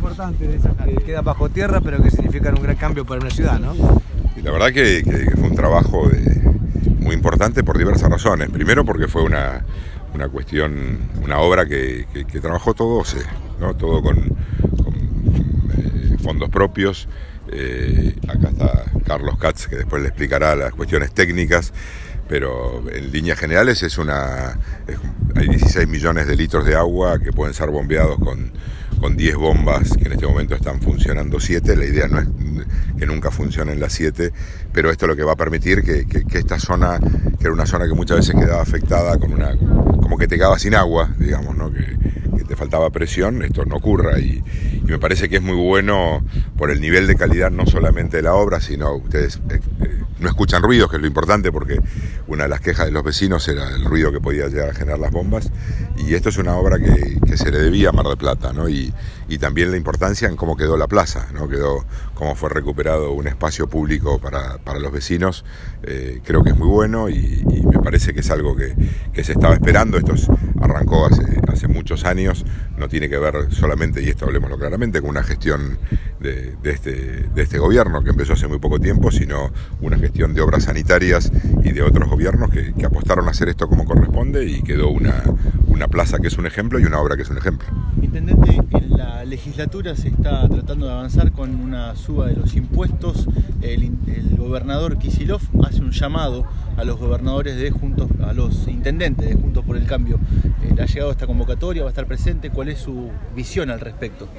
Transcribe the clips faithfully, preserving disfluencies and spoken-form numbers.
importantes, esas que quedan bajo tierra, pero que significan un gran cambio para una ciudad, ¿no? Y la verdad que, que, que fue un trabajo de, muy importante por diversas razones. Primero porque fue una, una cuestión, una obra que, que, que trabajó todo, ¿no? Todo con, con eh, fondos propios. Eh, acá está Carlos Katz, que después le explicará las cuestiones técnicas, pero en líneas generales es una es, hay dieciséis millones de litros de agua que pueden ser bombeados con, con diez bombas, que en este momento están funcionando siete. La idea no es que nunca funcionen las siete, pero esto es lo que va a permitir que, que, que esta zona, que era una zona que muchas veces quedaba afectada con una, como que te quedaba sin agua, digamos, ¿no? que, que te faltaba presión, esto no ocurra, y, y me parece que es muy bueno por el nivel de calidad no solamente de la obra, sino ustedes eh, eh, no escuchan ruidos, que es lo importante, porque una de las quejas de los vecinos era el ruido que podía llegar a generar las bombas, y esto es una obra que, que se le debía a Mar del Plata, ¿no? y, y también la importancia en cómo quedó la plaza, ¿no? Quedó, cómo fue recuperado un espacio público para, para los vecinos. Eh, creo que es muy bueno y, y me parece que es algo que, que se estaba esperando. Esto es, arrancó hace, hace muchos años, no tiene que ver solamente, y esto hablemoslo claramente, con una gestión de, de, este, de este gobierno que empezó hace muy poco tiempo, sino una gestión de obras sanitarias y de otros gobiernos que, que apostaron a hacer esto como corresponde, y quedó una, una plaza que es un ejemplo y una obra que es un ejemplo. Intendente, en la legislatura se está tratando de avanzar con una suba de los impuestos. El, el gobernador Kicillof hace un llamado a los gobernadores de Juntos, a los intendentes de Juntos por el Cambio. Eh, ¿Le ha llegado esta convocatoria? ¿Va a estar presente? ¿Cuál es su visión al respecto?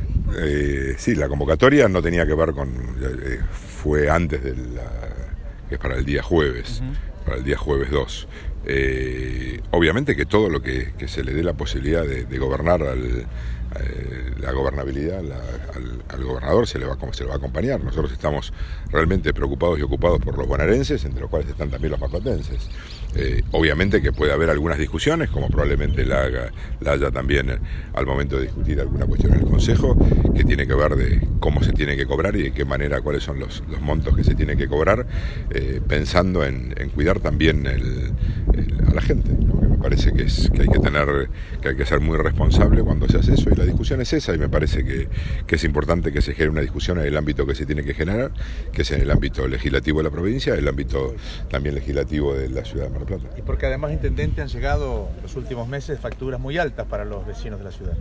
Eh, sí, la convocatoria no tenía que ver con... Eh, fue antes de la... que es para el día jueves, uh-huh. para el día jueves dos. Eh, obviamente que todo lo que, que se le dé la posibilidad de, de gobernar al, eh, la gobernabilidad la, al, al gobernador se le, va, se le va a acompañar. Nosotros estamos realmente preocupados y ocupados por los bonaerenses, entre los cuales están también los marplatenses. Eh, obviamente que puede haber algunas discusiones, como probablemente la, haga, la haya también al momento de discutir alguna cuestión en el Consejo, que tiene que ver de cómo se tiene que cobrar y de qué manera, cuáles son los, los montos que se tiene que cobrar, eh, pensando en, en cuidar también el, el, a la gente, ¿no? Que me parece que, es, que hay que tener, que hay que ser muy responsable cuando se hace eso, y la discusión es esa, y me parece que, que es importante que se genere una discusión en el ámbito que se tiene que generar, que es en el ámbito legislativo de la provincia, el ámbito también legislativo de la ciudad de Mar del Plata. Y porque además, intendente, han llegado los últimos meses facturas muy altas para los vecinos de la ciudad.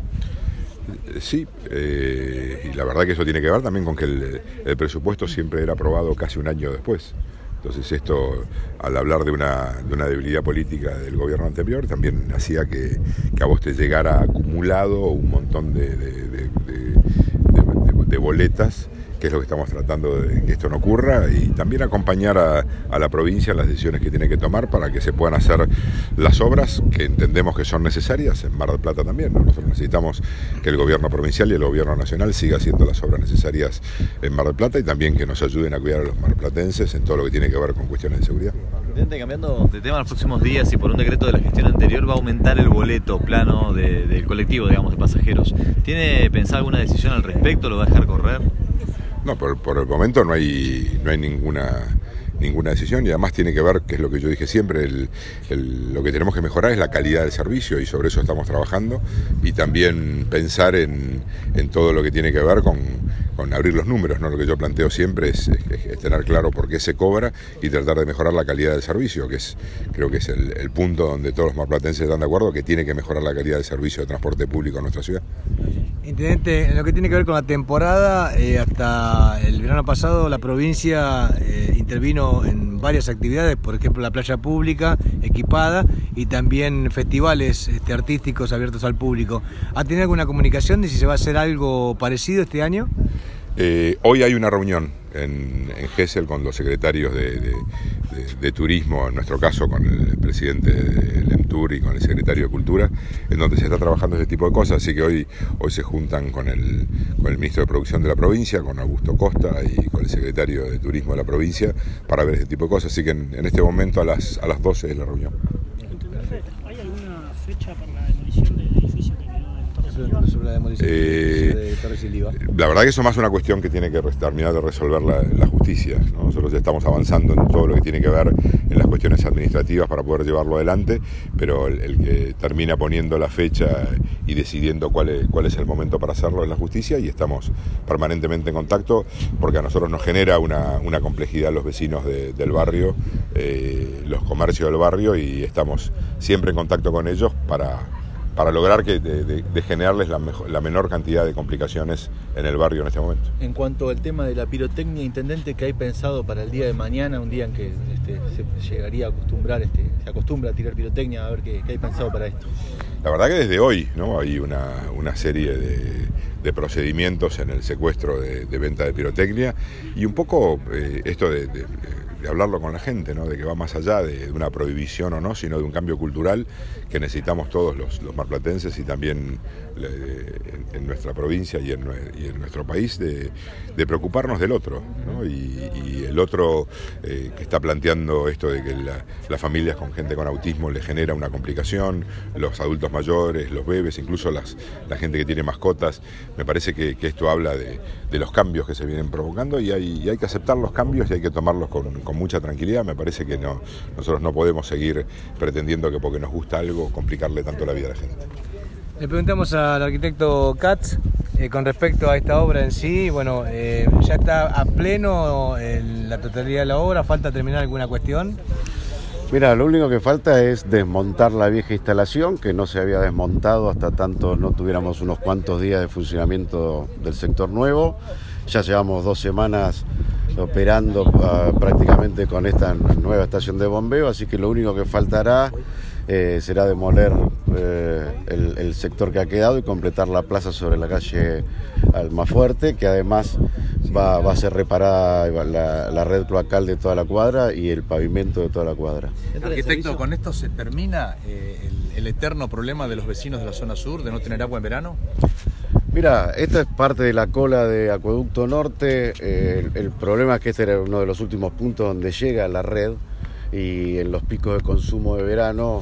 Sí, eh, y la verdad que eso tiene que ver también con que el, el presupuesto siempre era aprobado casi un año después. Entonces esto, al hablar de una, de una debilidad política del gobierno anterior, también hacía que, que a vos te llegara acumulado un montón de, de, de, de, de, de boletas, que es lo que estamos tratando de que esto no ocurra, y también acompañar a, a la provincia en las decisiones que tiene que tomar para que se puedan hacer las obras que entendemos que son necesarias en Mar del Plata también, ¿no? Nosotros necesitamos que el gobierno provincial y el gobierno nacional siga haciendo las obras necesarias en Mar del Plata, y también que nos ayuden a cuidar a los marplatenses en todo lo que tiene que ver con cuestiones de seguridad. Intendente, cambiando de tema, en los próximos días y por un decreto de la gestión anterior va a aumentar el boleto plano de, del colectivo, digamos, de pasajeros. ¿Tiene pensado alguna decisión al respecto? ¿Lo va a dejar correr? No, por, por el momento no hay, no hay ninguna, ninguna decisión, y además tiene que ver, que es lo que yo dije siempre, el, el, lo que tenemos que mejorar es la calidad del servicio, y sobre eso estamos trabajando, y también pensar en, en todo lo que tiene que ver con, con abrir los números, ¿no? Lo que yo planteo siempre es, es, es tener claro por qué se cobra y tratar de mejorar la calidad del servicio, que es creo que es el, el punto donde todos los marplatenses están de acuerdo, que tiene que mejorar la calidad del servicio de transporte público en nuestra ciudad. Intendente, en lo que tiene que ver con la temporada, eh, hasta el verano pasado la provincia eh, intervino en varias actividades, por ejemplo la playa pública equipada y también festivales este, artísticos abiertos al público. ¿Ha tenido alguna comunicación de si se va a hacer algo parecido este año? Eh, hoy hay una reunión en, en Gesell con los secretarios de, de, de, de turismo, en nuestro caso con el presidente del EMTUR y con el secretario de Cultura, en donde se está trabajando ese tipo de cosas, así que hoy, hoy se juntan con el, con el ministro de Producción de la provincia, con Augusto Costa, y con el secretario de Turismo de la provincia para ver ese tipo de cosas, así que en, en este momento a las, a las doce es la reunión. ¿Hay alguna fecha para la demolición del edificio que quedó en Torre Sarmiento? Eh, es el I V A? La verdad que eso es más una cuestión que tiene que terminar de resolver la, la justicia, ¿no? Nosotros ya estamos avanzando en todo lo que tiene que ver en las cuestiones administrativas para poder llevarlo adelante, pero el, el que termina poniendo la fecha y decidiendo cuál es, cuál es el momento para hacerlo es la justicia, y estamos permanentemente en contacto porque a nosotros nos genera una, una complejidad los vecinos de, del barrio, eh, los comercios del barrio, y estamos siempre en contacto con ellos para... para lograr que de, de, de generarles la, mejor, la menor cantidad de complicaciones en el barrio en este momento. En cuanto al tema de la pirotecnia, intendente, ¿qué hay pensado para el día de mañana, un día en que este, se llegaría a acostumbrar, este, se acostumbra a tirar pirotecnia, a ver qué, qué hay pensado para esto? La verdad que desde hoy, ¿no? Hay una, una serie de, de procedimientos en el secuestro de, de venta de pirotecnia, y un poco eh, esto de, de, de hablarlo con la gente, ¿no? De que va más allá de, de una prohibición o no, sino de un cambio cultural que necesitamos todos los, los marplatenses y también en, en nuestra provincia y en, y en nuestro país, de, de preocuparnos del otro, ¿no? y, y el otro eh, que está planteando esto de que la, las familias con gente con autismo le genera una complicación, los adultos mayores, los bebés, incluso las, la gente que tiene mascotas. Me parece que, que esto habla de, de los cambios que se vienen provocando, y hay, y hay que aceptar los cambios y hay que tomarlos con, con mucha tranquilidad. Me parece que no, nosotros no podemos seguir pretendiendo que porque nos gusta algo complicarle tanto la vida a la gente. Le preguntamos al arquitecto Katz eh, con respecto a esta obra en sí. Bueno, eh, ya está a pleno en la totalidad de la obra, ¿falta terminar alguna cuestión? Mira, lo único que falta es desmontar la vieja instalación, que no se había desmontado hasta tanto no tuviéramos unos cuantos días de funcionamiento del sector nuevo. Ya llevamos dos semanas operando uh, prácticamente con esta nueva estación de bombeo, así que lo único que faltará eh, será demoler eh, el, el sector que ha quedado y completar la plaza sobre la calle Almafuerte, que además va, va a ser reparada la, la red cloacal de toda la cuadra y el pavimento de toda la cuadra. Arquitecto, ¿con esto se termina eh, el, el eterno problema de los vecinos de la zona sur de no tener agua en verano? Mira, esta es parte de la cola de Acueducto Norte. Eh, el, el problema es que este era uno de los últimos puntos donde llega la red, y en los picos de consumo de verano,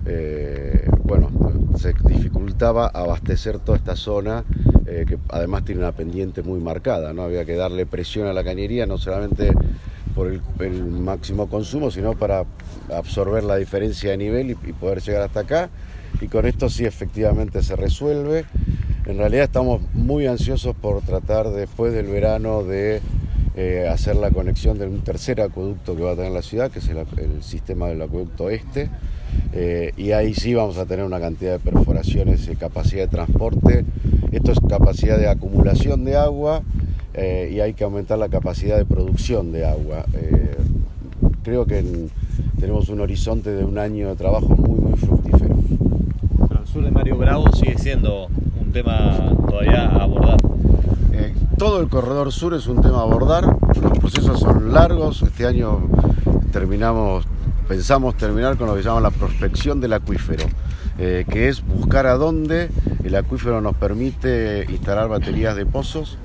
eh, bueno, se dificultaba abastecer toda esta zona, eh, que además tiene una pendiente muy marcada, ¿no? Había que darle presión a la cañería, no solamente por el, el máximo consumo, sino para absorber la diferencia de nivel y, y poder llegar hasta acá. Y con esto sí efectivamente se resuelve. En realidad estamos muy ansiosos por tratar después del verano de eh, hacer la conexión de un tercer acueducto que va a tener la ciudad, que es el, el sistema del acueducto este, eh, y ahí sí vamos a tener una cantidad de perforaciones y capacidad de transporte. Esto es capacidad de acumulación de agua, eh, y hay que aumentar la capacidad de producción de agua. Eh, creo que en, tenemos un horizonte de un año de trabajo muy, muy fructífero. Pero el sur de Mario Bravo sigue siendo un tema todavía a abordar. Eh, todo el corredor sur es un tema a abordar, los procesos son largos. Este año terminamos, pensamos terminar con lo que se llama la prospección del acuífero, eh, que es buscar a dónde el acuífero nos permite instalar baterías de pozos,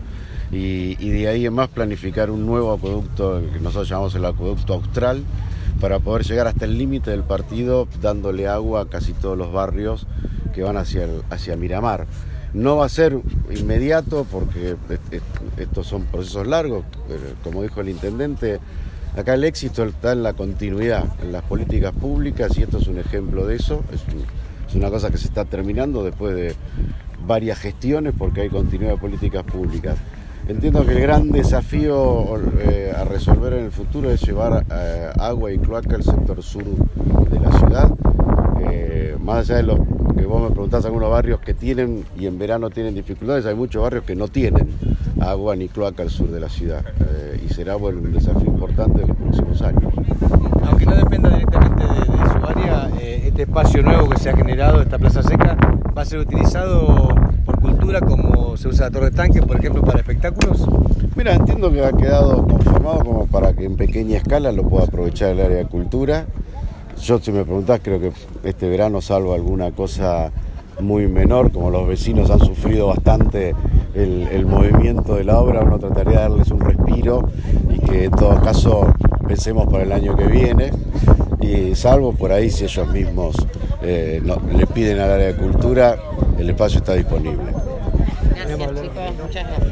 y, y de ahí en más planificar un nuevo acueducto que nosotros llamamos el acueducto austral, para poder llegar hasta el límite del partido dándole agua a casi todos los barrios que van hacia, el, hacia Miramar. No va a ser inmediato porque estos son procesos largos, como dijo el intendente. Acá el éxito está en la continuidad, en las políticas públicas, y esto es un ejemplo de eso. Es, un, es una cosa que se está terminando después de varias gestiones porque hay continuidad de políticas públicas. Entiendo que el gran desafío eh, a resolver en el futuro es llevar eh, agua y cloaca al sector sur de la ciudad. Eh, más allá de los que vos me preguntás, algunos barrios que tienen y en verano tienen dificultades, hay muchos barrios que no tienen agua ni cloaca al sur de la ciudad, eh, y será bueno, un desafío importante en los próximos años. Aunque no dependa directamente de, de su área, eh, este espacio nuevo que se ha generado, esta plaza seca, va a ser utilizado por cultura como se usa la Torre Tanque, por ejemplo, para espectáculos. Mira, entiendo que ha quedado conformado como para que en pequeña escala lo pueda aprovechar el área de cultura. Yo, si me preguntás, creo que este verano, salvo alguna cosa muy menor, como los vecinos han sufrido bastante el, el movimiento de la obra, uno trataría de darles un respiro y que en todo caso pensemos para el año que viene, y salvo por ahí si ellos mismos eh, no, le piden al área de cultura, el espacio está disponible. Gracias, chicos. Muchas gracias.